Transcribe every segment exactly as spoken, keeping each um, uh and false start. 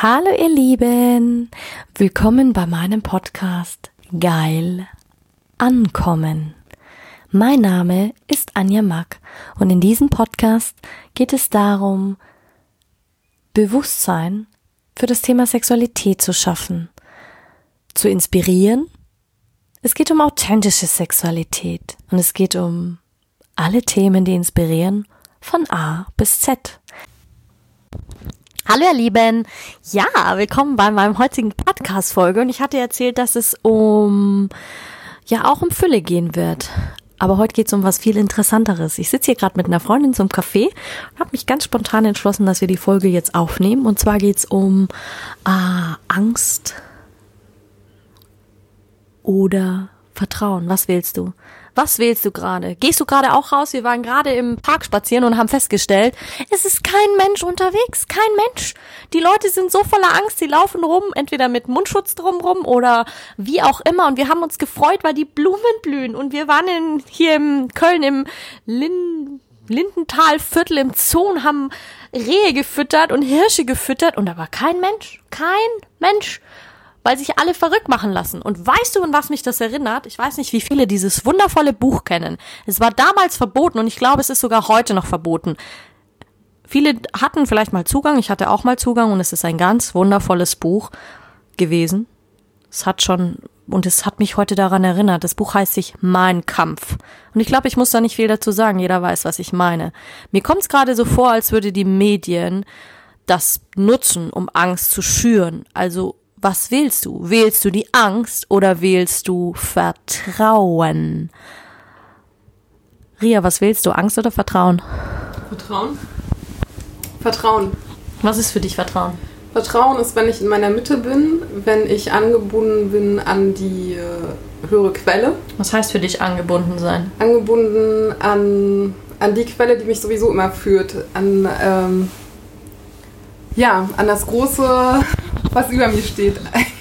Hallo ihr Lieben, willkommen bei meinem Podcast Geil Ankommen. Mein Name ist Anja Mack und in diesem Podcast geht es darum, Bewusstsein für das Thema Sexualität zu schaffen, zu inspirieren. Es geht um authentische Sexualität und es geht um alle Themen, die inspirieren, von A bis Z. Hallo ihr Lieben, ja, willkommen bei meinem heutigen Podcast-Folge und ich hatte erzählt, dass es um, ja auch um Fülle gehen wird, aber heute geht es um was viel Interessanteres. Ich sitze hier gerade mit einer Freundin zum Café und habe mich ganz spontan entschlossen, dass wir die Folge jetzt aufnehmen und zwar geht es um äh, Angst oder Vertrauen. Was wählst du? Was wählst du gerade? Gehst du gerade auch raus? Wir waren gerade im Park spazieren und haben festgestellt, es ist kein Mensch unterwegs, kein Mensch. Die Leute sind so voller Angst, sie laufen rum, entweder mit Mundschutz drumrum oder wie auch immer. Und wir haben uns gefreut, weil die Blumen blühen. Und wir waren in, hier in Köln im Lin, Lindentalviertel im Zoo und haben Rehe gefüttert und Hirsche gefüttert. Und da war kein Mensch, kein Mensch. Weil sich alle verrückt machen lassen. Und weißt du, an was mich das erinnert? Ich weiß nicht, wie viele dieses wundervolle Buch kennen. Es war damals verboten und ich glaube, es ist sogar heute noch verboten. Viele hatten vielleicht mal Zugang, ich hatte auch mal Zugang und es ist ein ganz wundervolles Buch gewesen. Es hat schon, und es hat mich heute daran erinnert, das Buch heißt sich Mein Kampf. Und ich glaube, ich muss da nicht viel dazu sagen, jeder weiß, was ich meine. Mir kommt es gerade so vor, als würde die Medien das nutzen, um Angst zu schüren. Also was wählst du? Wählst du die Angst oder wählst du Vertrauen? Ria, was wählst du? Angst oder Vertrauen? Vertrauen. Vertrauen. Was ist für dich Vertrauen? Vertrauen ist, wenn ich in meiner Mitte bin, wenn ich angebunden bin an die äh, höhere Quelle. Was heißt für dich angebunden sein? Angebunden an, an die Quelle, die mich sowieso immer führt. An, ähm, ja, an das Große, was über mir steht.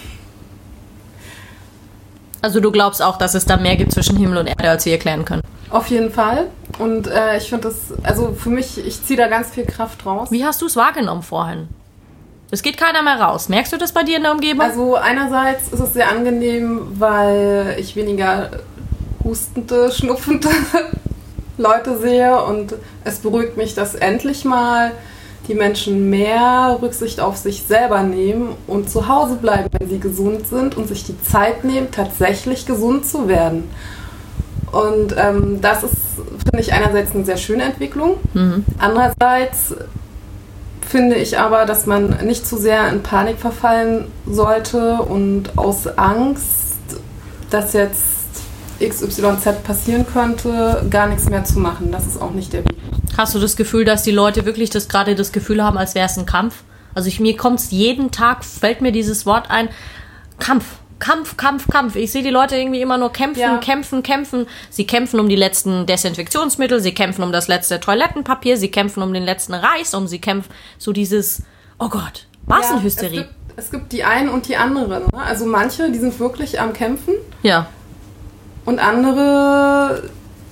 Also du glaubst auch, dass es da mehr gibt zwischen Himmel und Erde, als wir erklären können? Auf jeden Fall. Und äh, ich finde das, also für mich, ich ziehe da ganz viel Kraft raus. Wie hast du es wahrgenommen vorhin? Es geht keiner mehr raus. Merkst du das bei dir in der Umgebung? Also einerseits ist es sehr angenehm, weil ich weniger hustende, schnupfende Leute sehe und es beruhigt mich, dass endlich mal die Menschen mehr Rücksicht auf sich selber nehmen und zu Hause bleiben, wenn sie gesund sind und sich die Zeit nehmen, tatsächlich gesund zu werden. Und ähm, das ist, finde ich, einerseits eine sehr schöne Entwicklung. Mhm. Andererseits finde ich aber, dass man nicht zu sehr in Panik verfallen sollte und aus Angst, dass jetzt X Y Z passieren könnte, gar nichts mehr zu machen. Das ist auch nicht der Weg. Hast du das Gefühl, dass die Leute wirklich das gerade das Gefühl haben, als wäre es ein Kampf? Also ich, mir kommt es jeden Tag, fällt mir dieses Wort ein, Kampf, Kampf, Kampf, Kampf. Ich sehe die Leute irgendwie immer nur kämpfen, ja. kämpfen, kämpfen. Sie kämpfen um die letzten Desinfektionsmittel, sie kämpfen um das letzte Toilettenpapier, sie kämpfen um den letzten Reis, um sie kämpfen, so dieses, oh Gott, Massenhysterie. Ja, es, gibt, es gibt die einen und die anderen. Ne? Also manche, die sind wirklich am Kämpfen. Ja. Und andere,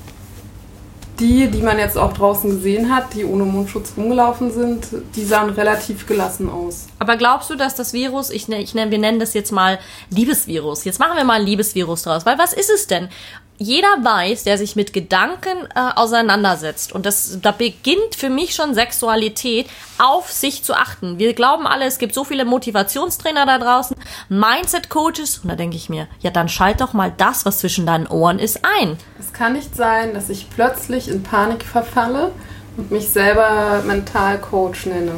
die, die man jetzt auch draußen gesehen hat, die ohne Mundschutz rumgelaufen sind, die sahen relativ gelassen aus. Aber glaubst du, dass das Virus, ich, ich nenne, wir nennen das jetzt mal Liebesvirus, jetzt machen wir mal ein Liebesvirus draus, weil was ist es denn? Jeder weiß, der sich mit Gedanken äh, auseinandersetzt und das, da beginnt für mich schon Sexualität, auf sich zu achten. Wir glauben alle, es gibt so viele Motivationstrainer da draußen, Mindset-Coaches und da denke ich mir, ja dann schalt doch mal das, was zwischen deinen Ohren ist, ein. Es kann nicht sein, dass ich plötzlich in Panik verfalle und mich selber Mental-Coach nenne.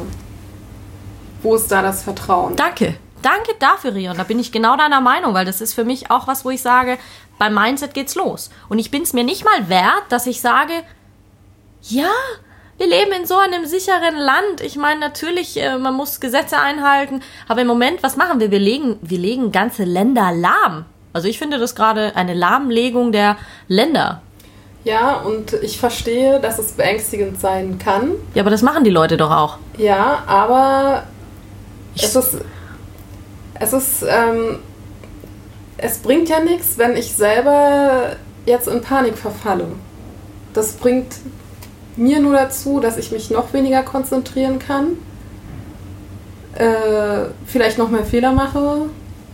Wo ist da das Vertrauen? Danke. Danke dafür, Rion. Da bin ich genau deiner Meinung, weil das ist für mich auch was, wo ich sage, beim Mindset geht's los. Und ich bin es mir nicht mal wert, dass ich sage, ja, wir leben in so einem sicheren Land. Ich meine, natürlich, äh, man muss Gesetze einhalten. Aber im Moment, was machen wir? Wir legen, wir legen ganze Länder lahm. Also ich finde das gerade eine Lahmlegung der Länder. Ja, und ich verstehe, dass es beängstigend sein kann. Ja, aber das machen die Leute doch auch. Ja, aber ich es ist... Es ist, ähm, es bringt ja nichts, wenn ich selber jetzt in Panik verfalle. Das bringt mir nur dazu, dass ich mich noch weniger konzentrieren kann, äh, vielleicht noch mehr Fehler mache.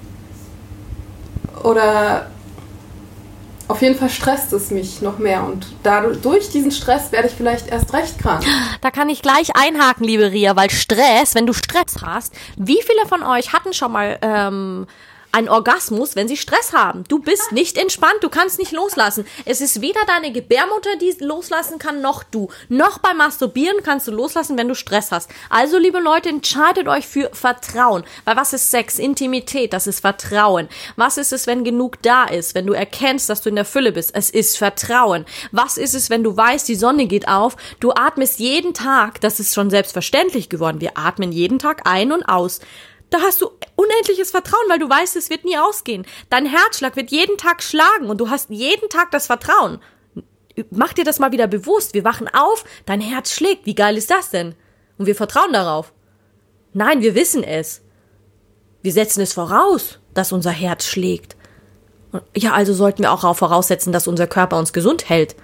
Oder auf jeden Fall stresst es mich noch mehr. Und dadurch, durch diesen Stress werde ich vielleicht erst recht krank. Da kann ich gleich einhaken, liebe Ria, weil Stress, wenn du Stress hast, wie viele von euch hatten schon mal ähm, einen Orgasmus, wenn sie Stress haben? Du bist nicht entspannt, du kannst nicht loslassen. Es ist weder deine Gebärmutter, die loslassen kann, noch du. Noch beim Masturbieren kannst du loslassen, wenn du Stress hast. Also, liebe Leute, entscheidet euch für Vertrauen. Weil was ist Sex? Intimität, das ist Vertrauen. Was ist es, wenn genug da ist? Wenn du erkennst, dass du in der Fülle bist? Es ist Vertrauen. Was ist es, wenn du weißt, die Sonne geht auf? Du atmest jeden Tag, das ist schon selbstverständlich geworden. Wir atmen jeden Tag ein und aus. Da hast du unendliches Vertrauen, weil du weißt, es wird nie ausgehen. Dein Herzschlag wird jeden Tag schlagen und du hast jeden Tag das Vertrauen. Mach dir das mal wieder bewusst. Wir wachen auf, dein Herz schlägt. Wie geil ist das denn? Und wir vertrauen darauf. Nein, wir wissen es. Wir setzen es voraus, dass unser Herz schlägt. Ja, also sollten wir auch voraussetzen, dass unser Körper uns gesund hält.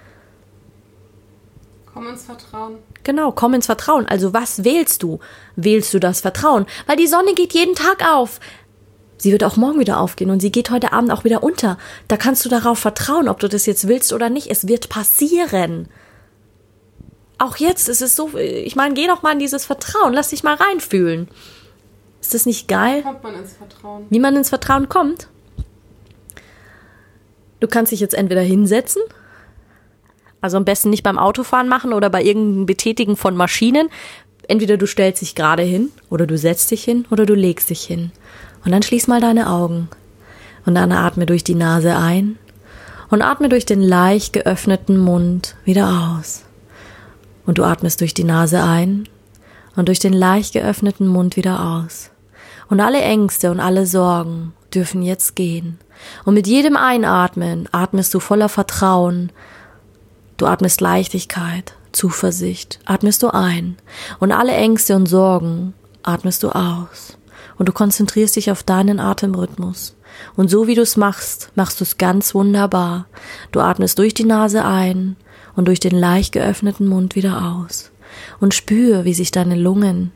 Komm ins Vertrauen. Genau, komm ins Vertrauen. Also was wählst du? Wählst du das Vertrauen? Weil die Sonne geht jeden Tag auf. Sie wird auch morgen wieder aufgehen und sie geht heute Abend auch wieder unter. Da kannst du darauf vertrauen, ob du das jetzt willst oder nicht. Es wird passieren. Auch jetzt ist es so, ich meine, geh doch mal in dieses Vertrauen. Lass dich mal reinfühlen. Ist das nicht geil? Wie kommt man ins Vertrauen? Wie man ins Vertrauen kommt? Du kannst dich jetzt entweder hinsetzen, also am besten nicht beim Autofahren machen oder bei irgendeinem Betätigen von Maschinen. Entweder du stellst dich gerade hin oder du setzt dich hin oder du legst dich hin. Und dann schließ mal deine Augen. Und dann atme durch die Nase ein und atme durch den leicht geöffneten Mund wieder aus. Und du atmest durch die Nase ein und durch den leicht geöffneten Mund wieder aus. Und alle Ängste und alle Sorgen dürfen jetzt gehen. Und mit jedem Einatmen atmest du voller Vertrauen. Du atmest Leichtigkeit, Zuversicht, atmest du ein. Und alle Ängste und Sorgen atmest du aus. Und du konzentrierst dich auf deinen Atemrhythmus. Und so wie du es machst, machst du es ganz wunderbar. Du atmest durch die Nase ein und durch den leicht geöffneten Mund wieder aus. Und spür, wie sich deine Lungen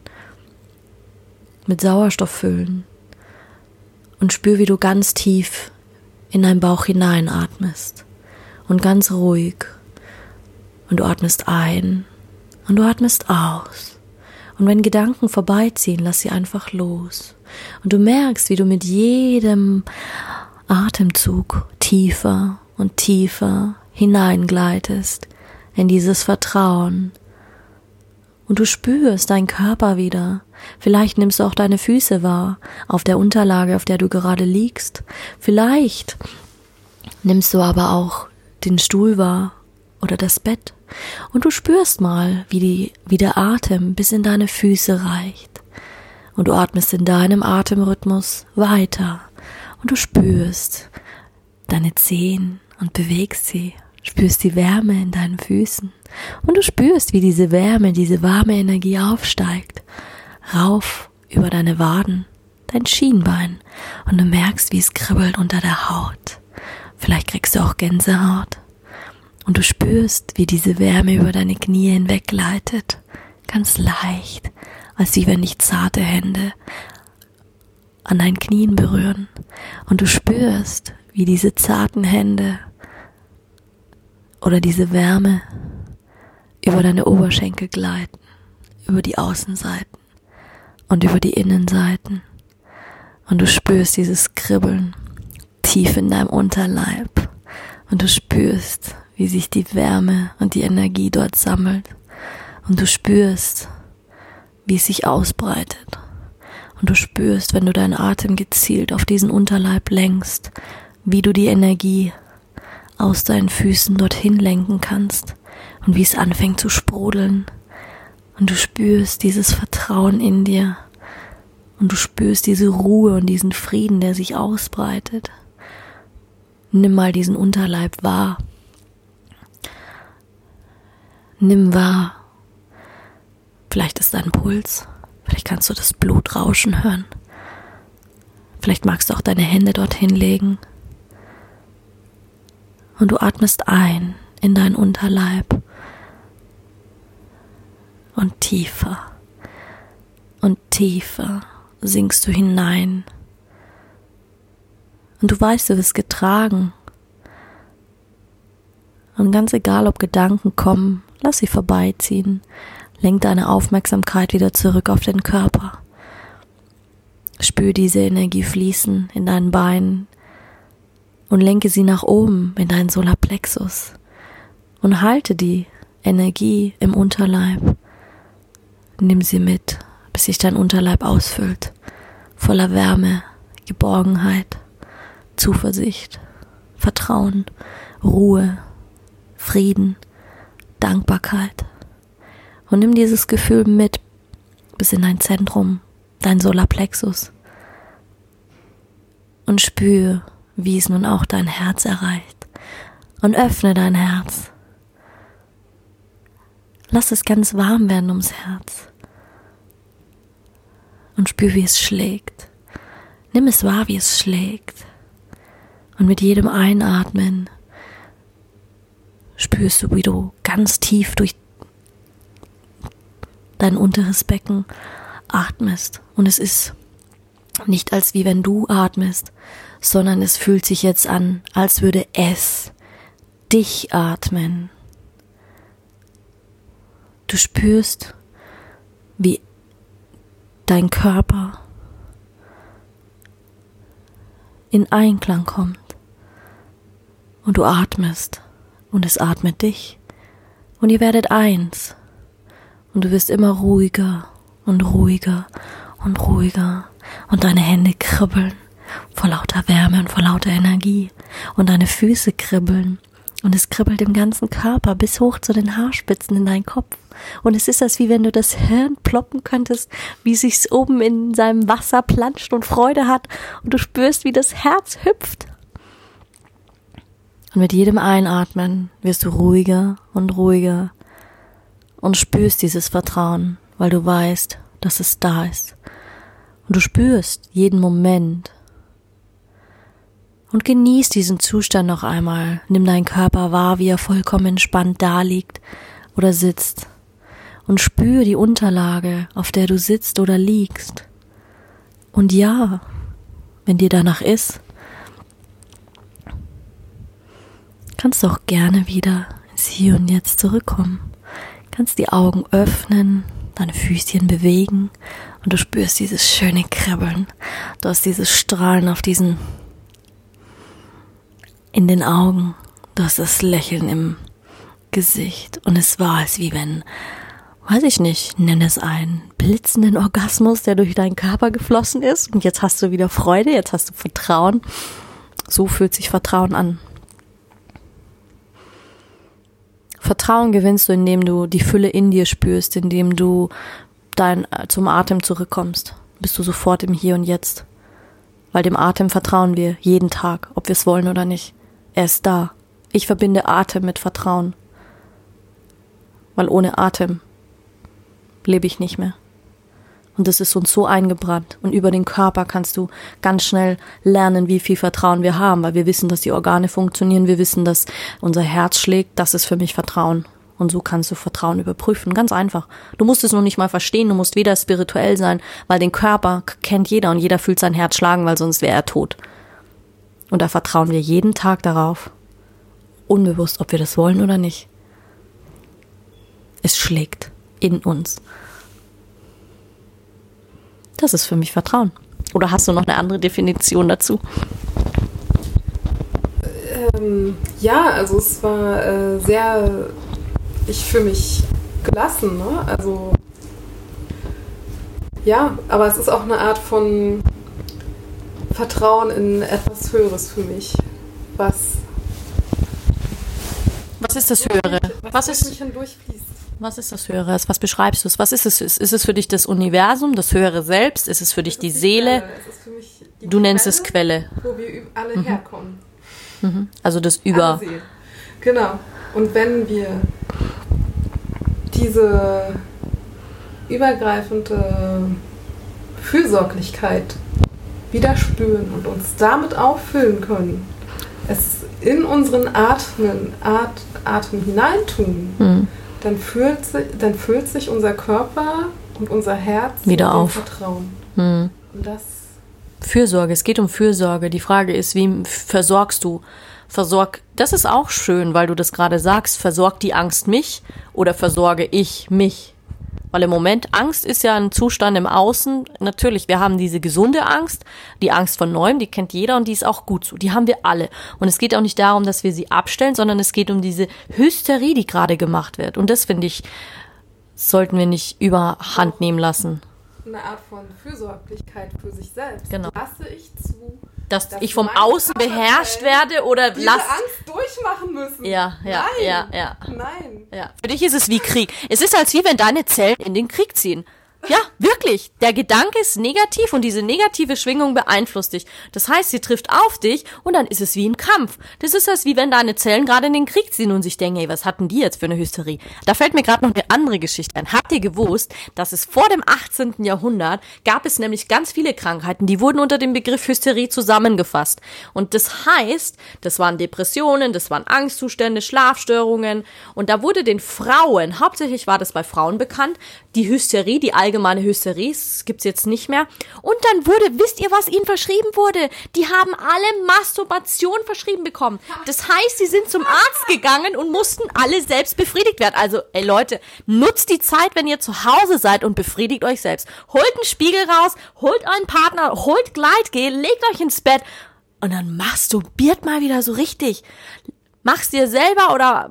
mit Sauerstoff füllen. Und spür, wie du ganz tief in deinen Bauch hineinatmest. Und ganz ruhig. Und du atmest ein und du atmest aus. Und wenn Gedanken vorbeiziehen, lass sie einfach los. Und du merkst, wie du mit jedem Atemzug tiefer und tiefer hineingleitest in dieses Vertrauen. Und du spürst deinen Körper wieder. Vielleicht nimmst du auch deine Füße wahr, auf der Unterlage, auf der du gerade liegst. Vielleicht nimmst du aber auch den Stuhl wahr oder das Bett. Und du spürst mal, wie, die, wie der Atem bis in deine Füße reicht. Und du atmest in deinem Atemrhythmus weiter. Und du spürst deine Zehen und bewegst sie. Spürst die Wärme in deinen Füßen. Und du spürst, wie diese Wärme, diese warme Energie aufsteigt. Rauf über deine Waden, dein Schienbein. Und du merkst, wie es kribbelt unter der Haut. Vielleicht kriegst du auch Gänsehaut. Und du spürst, wie diese Wärme über deine Knie hinweg gleitet. Ganz leicht, als wie wenn dich zarte Hände an deinen Knien berühren. Und du spürst, wie diese zarten Hände oder diese Wärme über deine Oberschenkel gleiten, über die Außenseiten und über die Innenseiten. Und du spürst dieses Kribbeln tief in deinem Unterleib. Und du spürst, wie sich die Wärme und die Energie dort sammelt. Und du spürst, wie es sich ausbreitet. Und du spürst, wenn du deinen Atem gezielt auf diesen Unterleib lenkst, wie du die Energie aus deinen Füßen dorthin lenken kannst und wie es anfängt zu sprudeln. Und du spürst dieses Vertrauen in dir und du spürst diese Ruhe und diesen Frieden, der sich ausbreitet. Nimm mal diesen Unterleib wahr. Nimm wahr. Vielleicht ist dein Puls. Vielleicht kannst du das Blut rauschen hören. Vielleicht magst du auch deine Hände dorthin legen. Und du atmest ein in deinen Unterleib. Und tiefer. Und tiefer sinkst du hinein. Und du weißt, du wirst getragen. Und ganz egal, ob Gedanken kommen, lass sie vorbeiziehen. Lenk deine Aufmerksamkeit wieder zurück auf den Körper. Spür diese Energie fließen in deinen Beinen und lenke sie nach oben in deinen Solarplexus. Und halte die Energie im Unterleib. Nimm sie mit, bis sich dein Unterleib ausfüllt, voller Wärme, Geborgenheit, Zuversicht, Vertrauen, Ruhe, Frieden, Dankbarkeit. Und nimm dieses Gefühl mit bis in dein Zentrum, dein Solarplexus. Und spür, wie es nun auch dein Herz erreicht. Und öffne dein Herz. Lass es ganz warm werden ums Herz. Und spür, wie es schlägt. Nimm es wahr, wie es schlägt. Und mit jedem Einatmen spürst du, wie du ganz tief durch dein unteres Becken atmest. Und es ist nicht als wie wenn du atmest, sondern es fühlt sich jetzt an, als würde es dich atmen. Du spürst, wie dein Körper in Einklang kommt. Und du atmest und es atmet dich. Und ihr werdet eins. Und du wirst immer ruhiger und ruhiger und ruhiger. Und deine Hände kribbeln vor lauter Wärme und vor lauter Energie. Und deine Füße kribbeln. Und es kribbelt im ganzen Körper bis hoch zu den Haarspitzen in deinen Kopf. Und es ist das, wie wenn du das Hirn ploppen könntest, wie sich's oben in seinem Wasser planscht und Freude hat. Und du spürst, wie das Herz hüpft. Und mit jedem Einatmen wirst du ruhiger und ruhiger und spürst dieses Vertrauen, weil du weißt, dass es da ist. Und du spürst jeden Moment. Und genieß diesen Zustand noch einmal. Nimm deinen Körper wahr, wie er vollkommen entspannt da liegt oder sitzt. Und spür die Unterlage, auf der du sitzt oder liegst. Und ja, wenn dir danach ist, kannst du auch gerne wieder ins Hier und Jetzt zurückkommen. Kannst die Augen öffnen, deine Füßchen bewegen und du spürst dieses schöne Kribbeln. Du hast dieses Strahlen auf diesen, in den Augen. Du hast das Lächeln im Gesicht und es war es wie wenn, weiß ich nicht, nenn es einen blitzenden Orgasmus, der durch deinen Körper geflossen ist und jetzt hast du wieder Freude, jetzt hast du Vertrauen. So fühlt sich Vertrauen an. Vertrauen gewinnst du, indem du die Fülle in dir spürst, indem du dein, zum Atem zurückkommst. Bist du sofort im Hier und Jetzt. Weil dem Atem vertrauen wir jeden Tag, ob wir es wollen oder nicht. Er ist da. Ich verbinde Atem mit Vertrauen. Weil ohne Atem lebe ich nicht mehr. Und das ist uns so eingebrannt. Und über den Körper kannst du ganz schnell lernen, wie viel Vertrauen wir haben, weil wir wissen, dass die Organe funktionieren, wir wissen, dass unser Herz schlägt. Das ist für mich Vertrauen. Und so kannst du Vertrauen überprüfen. Ganz einfach. Du musst es noch nicht mal verstehen, du musst weder spirituell sein, weil den Körper kennt jeder und jeder fühlt sein Herz schlagen, weil sonst wäre er tot. Und da vertrauen wir jeden Tag darauf. Unbewusst, ob wir das wollen oder nicht. Es schlägt in uns. Das ist für mich Vertrauen. Oder hast du noch eine andere Definition dazu? Ähm, ja, also es war äh, sehr, ich fühle mich gelassen, ne? Also ja, aber es ist auch eine Art von Vertrauen in etwas Höheres für mich. Was Was ist das Höhere? Was, was ist mich hindurchfließt. Was ist das Höhere? Was beschreibst du es? Was ist es? Ist es für dich das Universum, das höhere Selbst? Ist es für dich die, die Seele? Es ist für mich die du Quelle, nennst es Quelle. Wo wir alle mhm. herkommen. Mhm. Also das Über. Genau. Und wenn wir diese übergreifende Fürsorglichkeit wieder spüren und uns damit auffüllen können, es in unseren Atmen, At, Atem hineintun, mhm. dann, fühlt sich, dann fühlt sich unser Körper und unser Herz wieder auf. Vertrauen. Hm. Und das Fürsorge, es geht um Fürsorge. Die Frage ist, wie versorgst du? Versorg, das ist auch schön, weil du das gerade sagst, versorgt die Angst mich oder versorge ich mich? Weil im Moment, Angst ist ja ein Zustand im Außen. Natürlich, wir haben diese gesunde Angst, die Angst vor Neuem, die kennt jeder und die ist auch gut so. Die haben wir alle. Und es geht auch nicht darum, dass wir sie abstellen, sondern es geht um diese Hysterie, die gerade gemacht wird. Und das, finde ich, sollten wir nicht überhand nehmen lassen. Eine Art von Fürsorglichkeit für sich selbst. Genau. Lasse ich zu, dass, dass ich vom Außen beherrscht werde oder diese lass Angst durchmachen müssen. Ja, ja, Nein. ja, ja. Nein. Ja. Für dich ist es wie Krieg. Es ist, als wie wenn deine Zellen in den Krieg ziehen. Ja, wirklich. Der Gedanke ist negativ und diese negative Schwingung beeinflusst dich. Das heißt, sie trifft auf dich und dann ist es wie ein Kampf. Das ist als wie wenn deine Zellen gerade in den Krieg ziehen und sich denken, ey, was hatten die jetzt für eine Hysterie? Da fällt mir gerade noch eine andere Geschichte ein. Habt ihr gewusst, dass es vor dem achtzehnten Jahrhundert gab es nämlich ganz viele Krankheiten, die wurden unter dem Begriff Hysterie zusammengefasst. Und das heißt, das waren Depressionen, das waren Angstzustände, Schlafstörungen und da wurde den Frauen, hauptsächlich war das bei Frauen bekannt, die Hysterie, die allgemeine Hysterie, das gibt's jetzt nicht mehr. Und dann wurde, wisst ihr, was ihnen verschrieben wurde? Die haben alle Masturbation verschrieben bekommen. Das heißt, sie sind zum Arzt gegangen und mussten alle selbst befriedigt werden. Also, ey Leute, nutzt die Zeit, wenn ihr zu Hause seid und befriedigt euch selbst. Holt einen Spiegel raus, holt euren Partner, holt Gleitgel, legt euch ins Bett und dann masturbiert mal wieder so richtig. Mach's dir selber oder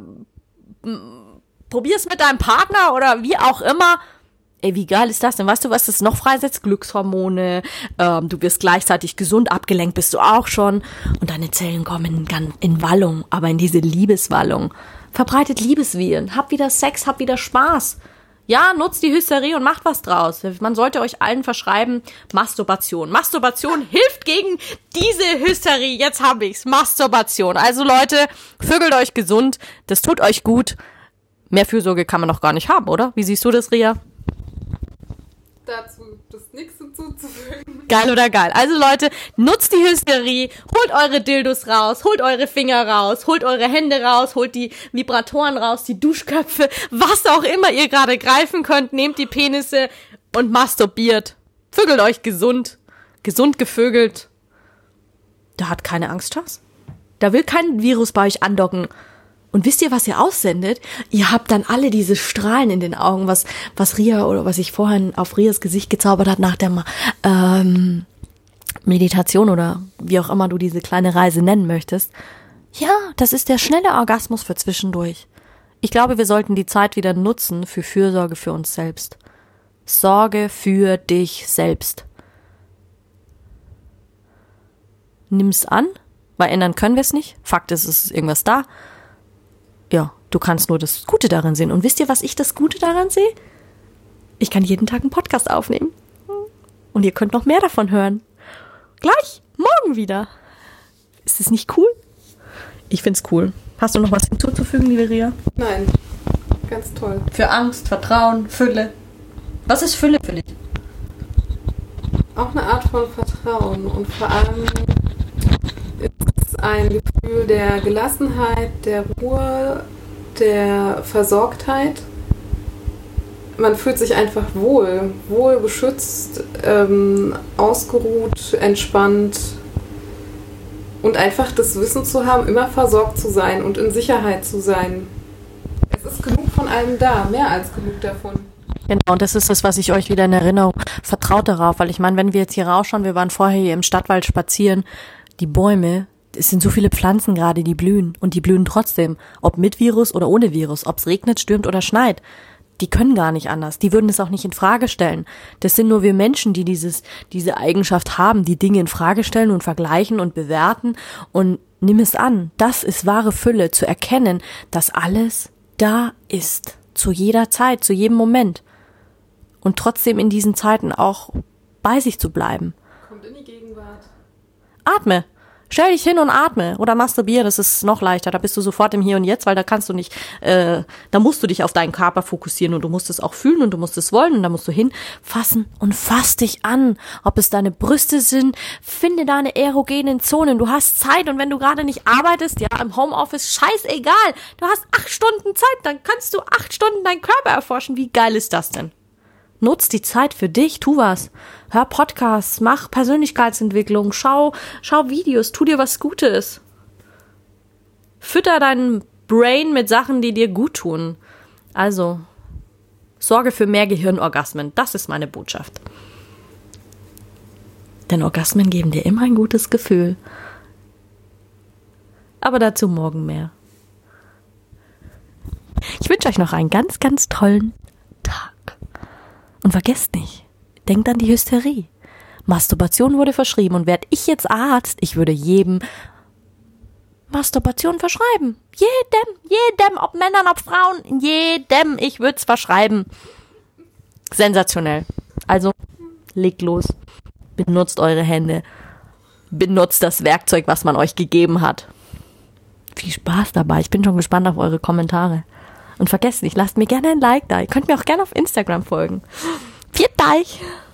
m- probier's mit deinem Partner oder wie auch immer. Ey, wie geil ist das denn? Weißt du, was das noch freisetzt? Glückshormone, ähm, du wirst gleichzeitig gesund, abgelenkt bist du auch schon und deine Zellen kommen in, in Wallung, aber in diese Liebeswallung. Verbreitet Liebesviren, habt wieder Sex, habt wieder Spaß. Ja, nutzt die Hysterie und macht was draus. Man sollte euch allen verschreiben, Masturbation. Masturbation hilft gegen diese Hysterie. Jetzt hab ich's. Masturbation. Also Leute, vögelt euch gesund, das tut euch gut. Mehr Fürsorge kann man doch gar nicht haben, oder? Wie siehst du das, Ria? Dazu ist nichts hinzuzufügen. Geil oder geil. Also Leute, nutzt die Hysterie, holt eure Dildos raus, holt eure Finger raus, holt eure Hände raus, holt die Vibratoren raus, die Duschköpfe, was auch immer ihr gerade greifen könnt, nehmt die Penisse und masturbiert. Vögelt euch gesund, gesund gevögelt. Da hat keine Angst, Schatz. Da will kein Virus bei euch andocken. Und wisst ihr, was ihr aussendet? Ihr habt dann alle diese Strahlen in den Augen, was was Ria oder was ich vorhin auf Rias Gesicht gezaubert hat nach der ähm, Meditation oder wie auch immer du diese kleine Reise nennen möchtest. Ja, das ist der schnelle Orgasmus für zwischendurch. Ich glaube, wir sollten die Zeit wieder nutzen für Fürsorge für uns selbst. Sorge für dich selbst. Nimm's an, weil ändern können wir es nicht. Fakt ist, es ist irgendwas da. Ja, du kannst nur das Gute darin sehen. Und wisst ihr, was ich das Gute daran sehe? Ich kann jeden Tag einen Podcast aufnehmen. Und ihr könnt noch mehr davon hören. Gleich, morgen wieder. Ist das nicht cool? Ich find's cool. Hast du noch was hinzuzufügen, liebe Ria? Nein, ganz toll. Für Angst, Vertrauen, Fülle. Was ist Fülle für dich? Auch eine Art von Vertrauen und vor allem ist ein Gefühl der Gelassenheit, der Ruhe, der Versorgtheit. Man fühlt sich einfach wohl, wohl beschützt, ähm, ausgeruht, entspannt und einfach das Wissen zu haben, immer versorgt zu sein und in Sicherheit zu sein. Es ist genug von allem da, mehr als genug davon. Genau, und das ist das, was ich euch wieder in Erinnerung, vertraut darauf, weil ich meine, wenn wir jetzt hier rausschauen, wir waren vorher hier im Stadtwald spazieren, die Bäume, es sind so viele Pflanzen gerade, die blühen und die blühen trotzdem, ob mit Virus oder ohne Virus, ob es regnet, stürmt oder schneit. Die können gar nicht anders, die würden es auch nicht in Frage stellen. Das sind nur wir Menschen, die dieses diese Eigenschaft haben, die Dinge in Frage stellen und vergleichen und bewerten und nimm es an, das ist wahre Fülle, zu erkennen, dass alles da ist, zu jeder Zeit, zu jedem Moment. Und trotzdem in diesen Zeiten auch bei sich zu bleiben. Kommt in die Gegenwart. Atme. Stell dich hin und atme. Oder masturbiere, das ist noch leichter. Da bist du sofort im Hier und Jetzt, weil da kannst du nicht, äh, da musst du dich auf deinen Körper fokussieren und du musst es auch fühlen und du musst es wollen und da musst du hinfassen und fass dich an. Ob es deine Brüste sind, finde deine erogenen Zonen. Du hast Zeit und wenn du gerade nicht arbeitest, ja, im Homeoffice, scheißegal. Du hast acht Stunden Zeit, dann kannst du acht Stunden deinen Körper erforschen. Wie geil ist das denn? Nutz die Zeit für dich, tu was. Hör Podcasts, mach Persönlichkeitsentwicklung, schau, schau Videos, tu dir was Gutes. Fütter deinen Brain mit Sachen, die dir gut tun. Also, sorge für mehr Gehirnorgasmen. Das ist meine Botschaft. Denn Orgasmen geben dir immer ein gutes Gefühl. Aber dazu morgen mehr. Ich wünsche euch noch einen ganz, ganz tollen Tag. Und vergesst nicht, denkt an die Hysterie. Masturbation wurde verschrieben und werde ich jetzt Arzt, ich würde jedem Masturbation verschreiben. Jedem, jedem, ob Männern, ob Frauen, jedem, ich würde es verschreiben. Sensationell. Also, legt los. Benutzt eure Hände. Benutzt das Werkzeug, was man euch gegeben hat. Viel Spaß dabei. Ich bin schon gespannt auf eure Kommentare. Und vergesst nicht, lasst mir gerne ein Like da. Ihr könnt mir auch gerne auf Instagram folgen. Viert euch!